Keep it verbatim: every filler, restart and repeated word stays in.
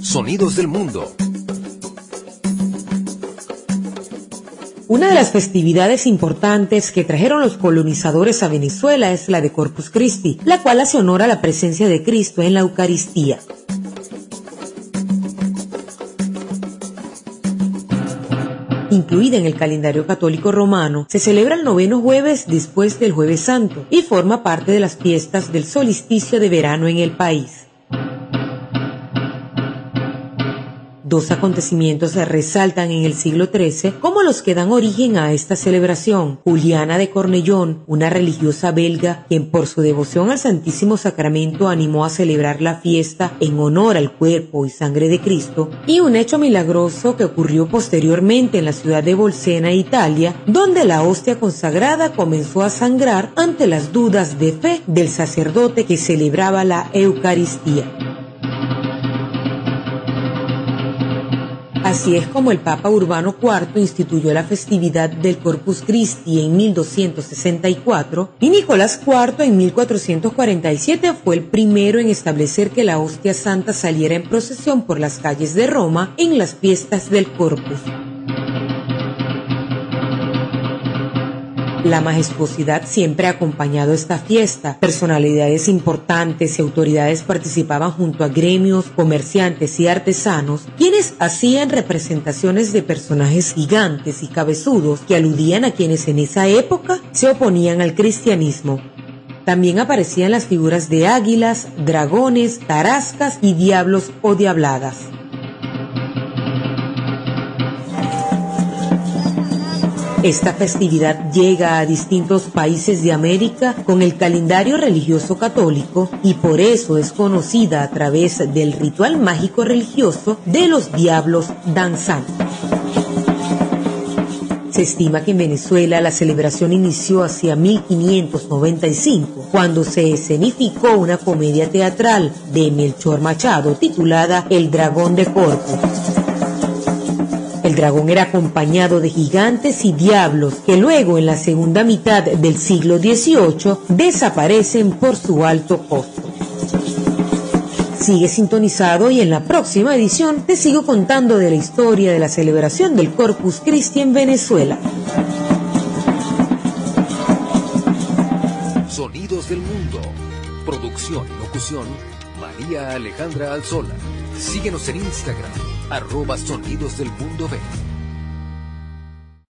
Sonidos del Mundo. Una de las festividades importantes que trajeron los colonizadores a Venezuela es la de Corpus Christi, la cual hace honor a la presencia de Cristo en la Eucaristía. Incluida en el calendario católico romano, se celebra el noveno jueves después del Jueves Santo y forma parte de las fiestas del solsticio de verano en el país. Dos acontecimientos se resaltan en el siglo trece como los que dan origen a esta celebración. Juliana de Cornellón, una religiosa belga, quien por su devoción al Santísimo Sacramento animó a celebrar la fiesta en honor al cuerpo y sangre de Cristo, y un hecho milagroso que ocurrió posteriormente en la ciudad de Bolsena, Italia, donde la hostia consagrada comenzó a sangrar ante las dudas de fe del sacerdote que celebraba la Eucaristía. Así es como el Papa Urbano cuarto instituyó la festividad del Corpus Christi en mil doscientos sesenta y cuatro y Nicolás cuarto en mil cuatrocientos cuarenta y siete fue el primero en establecer que la hostia santa saliera en procesión por las calles de Roma en las fiestas del Corpus. La majestuosidad siempre ha acompañado esta fiesta. Personalidades importantes y autoridades participaban junto a gremios, comerciantes y artesanos, quienes hacían representaciones de personajes gigantes y cabezudos que aludían a quienes en esa época se oponían al cristianismo. También aparecían las figuras de águilas, dragones, tarascas y diablos o diabladas. Esta festividad llega a distintos países de América con el calendario religioso católico y por eso es conocida a través del ritual mágico religioso de los diablos danzantes. Se estima que en Venezuela la celebración inició hacia mil quinientos noventa y cinco, cuando se escenificó una comedia teatral de Melchor Machado titulada El Dragón de Corpus. El dragón era acompañado de gigantes y diablos que luego en la segunda mitad del siglo dieciocho desaparecen por su alto costo. Sigue sintonizado y en la próxima edición te sigo contando de la historia de la celebración del Corpus Christi en Venezuela. Sonidos del Mundo. Producción y locución, María Alejandra Alzola. Síguenos en Instagram, arroba Sonidos del Mundo B.